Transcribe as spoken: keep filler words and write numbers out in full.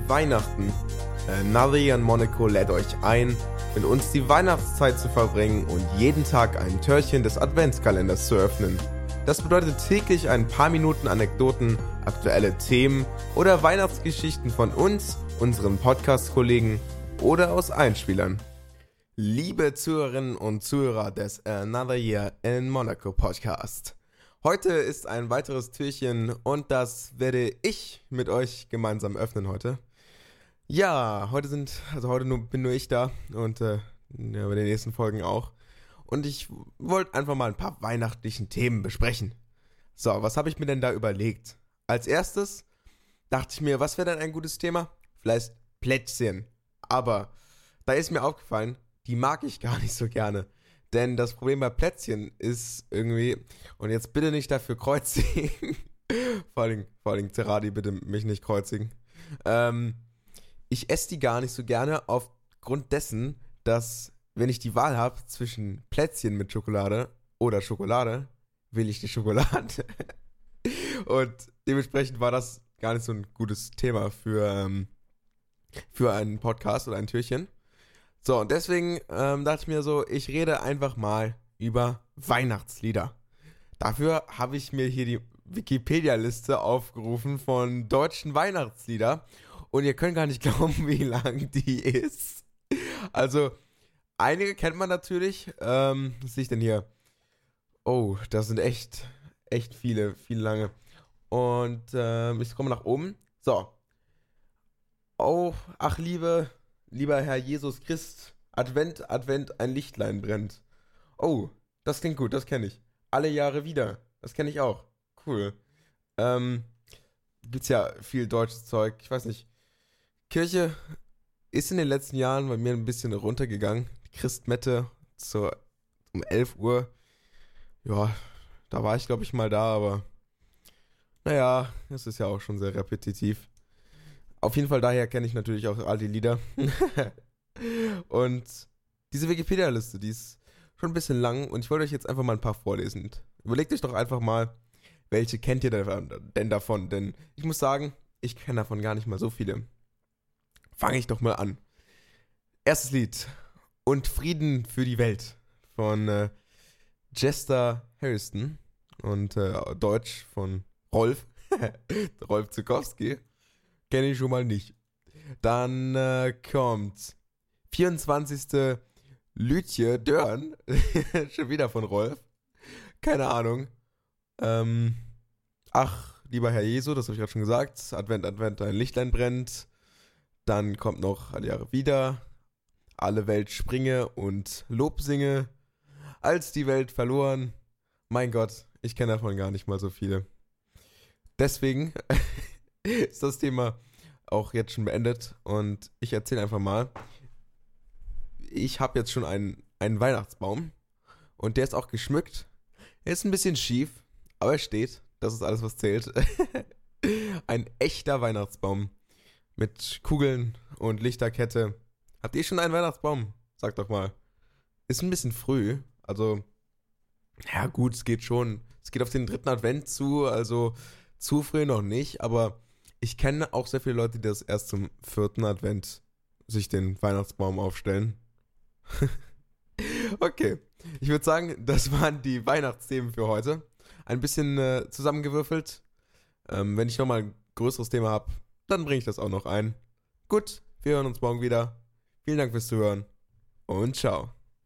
Weihnachten. Äh, Nari in Monaco lädt euch ein, mit uns die Weihnachtszeit zu verbringen und jeden Tag ein Türchen des Adventskalenders zu öffnen. Das bedeutet täglich ein paar Minuten Anekdoten, aktuelle Themen oder Weihnachtsgeschichten von uns, unseren Podcast-Kollegen oder aus Einspielern. Liebe Zuhörerinnen und Zuhörer des Another Year in Monaco Podcast. Heute ist ein weiteres Türchen und das werde ich mit euch gemeinsam öffnen heute. Ja, heute sind, also heute nur, bin nur ich da und äh, ja, bei den nächsten Folgen auch. Und ich wollte einfach mal ein paar weihnachtlichen Themen besprechen. So, was habe ich mir denn da überlegt? Als erstes dachte ich mir, was wäre denn ein gutes Thema? Vielleicht Plätzchen. Aber da ist mir aufgefallen, die mag ich gar nicht so gerne. Denn das Problem bei Plätzchen ist irgendwie, und jetzt bitte nicht dafür kreuzigen, vor allem, vor allem Zeradi, bitte mich nicht kreuzigen, ähm, ich esse die gar nicht so gerne aufgrund dessen, dass, wenn ich die Wahl habe zwischen Plätzchen mit Schokolade oder Schokolade, will ich die Schokolade. Und dementsprechend war das gar nicht so ein gutes Thema für, ähm, für einen Podcast oder ein Türchen. So, und deswegen ähm, dachte ich mir so, ich rede einfach mal über Weihnachtslieder. Dafür habe ich mir hier die Wikipedia-Liste aufgerufen von deutschen Weihnachtslieder. Und ihr könnt gar nicht glauben, wie lang die ist. Also, einige kennt man natürlich. Ähm, was sehe ich denn hier? Oh, das sind echt, echt viele, viele lange. Und ähm, ich komme nach oben. So. Oh, ach liebe... Lieber Herr Jesus Christ, Advent, Advent, ein Lichtlein brennt. Oh, das klingt gut, das kenne ich. Alle Jahre wieder, das kenne ich auch. Cool. Ähm, gibt's ja viel deutsches Zeug, ich weiß nicht. Kirche ist in den letzten Jahren bei mir ein bisschen runtergegangen. Die Christmette zur, um elf Uhr. Ja, da war ich glaube ich mal da, aber naja, es ist ja auch schon sehr repetitiv. Auf jeden Fall daher kenne ich natürlich auch all die Lieder. Und diese Wikipedia-Liste, die ist schon ein bisschen lang und ich wollte euch jetzt einfach mal ein paar vorlesen. Überlegt euch doch einfach mal, welche kennt ihr denn davon? Denn ich muss sagen, ich kenne davon gar nicht mal so viele. Fange ich doch mal an. Erstes Lied. Und Frieden für die Welt von äh, Jester Harrison und äh, Deutsch von Rolf. Rolf Zukowski. Kenne ich schon mal nicht. Dann äh, kommt vierundzwanzigste Lütje Dörn. Schon wieder von Rolf. Keine Ahnung. Ähm, ach, lieber Herr Jesu, das habe ich gerade schon gesagt. Advent, Advent, ein Lichtlein brennt. Dann kommt noch alle Jahre wieder. Alle Welt springe und Lob singe. Als die Welt verloren. Mein Gott, ich kenne davon gar nicht mal so viele. Deswegen ist das Thema auch jetzt schon beendet und ich erzähle einfach mal. Ich habe jetzt schon einen, einen Weihnachtsbaum und der ist auch geschmückt. Er ist ein bisschen schief, aber er steht. Das ist alles, was zählt. Ein echter Weihnachtsbaum mit Kugeln und Lichterkette. Habt ihr schon einen Weihnachtsbaum? Sagt doch mal. Ist ein bisschen früh, also ja gut, es geht schon. Es geht auf den dritten Advent zu, also zu früh noch nicht, aber ich kenne auch sehr viele Leute, die das erst zum vierten Advent sich den Weihnachtsbaum aufstellen. Okay, ich würde sagen, das waren die Weihnachtsthemen für heute. Ein bisschen äh, zusammengewürfelt. Ähm, wenn ich nochmal ein größeres Thema habe, dann bringe ich das auch noch ein. Gut, wir hören uns morgen wieder. Vielen Dank fürs Zuhören und ciao.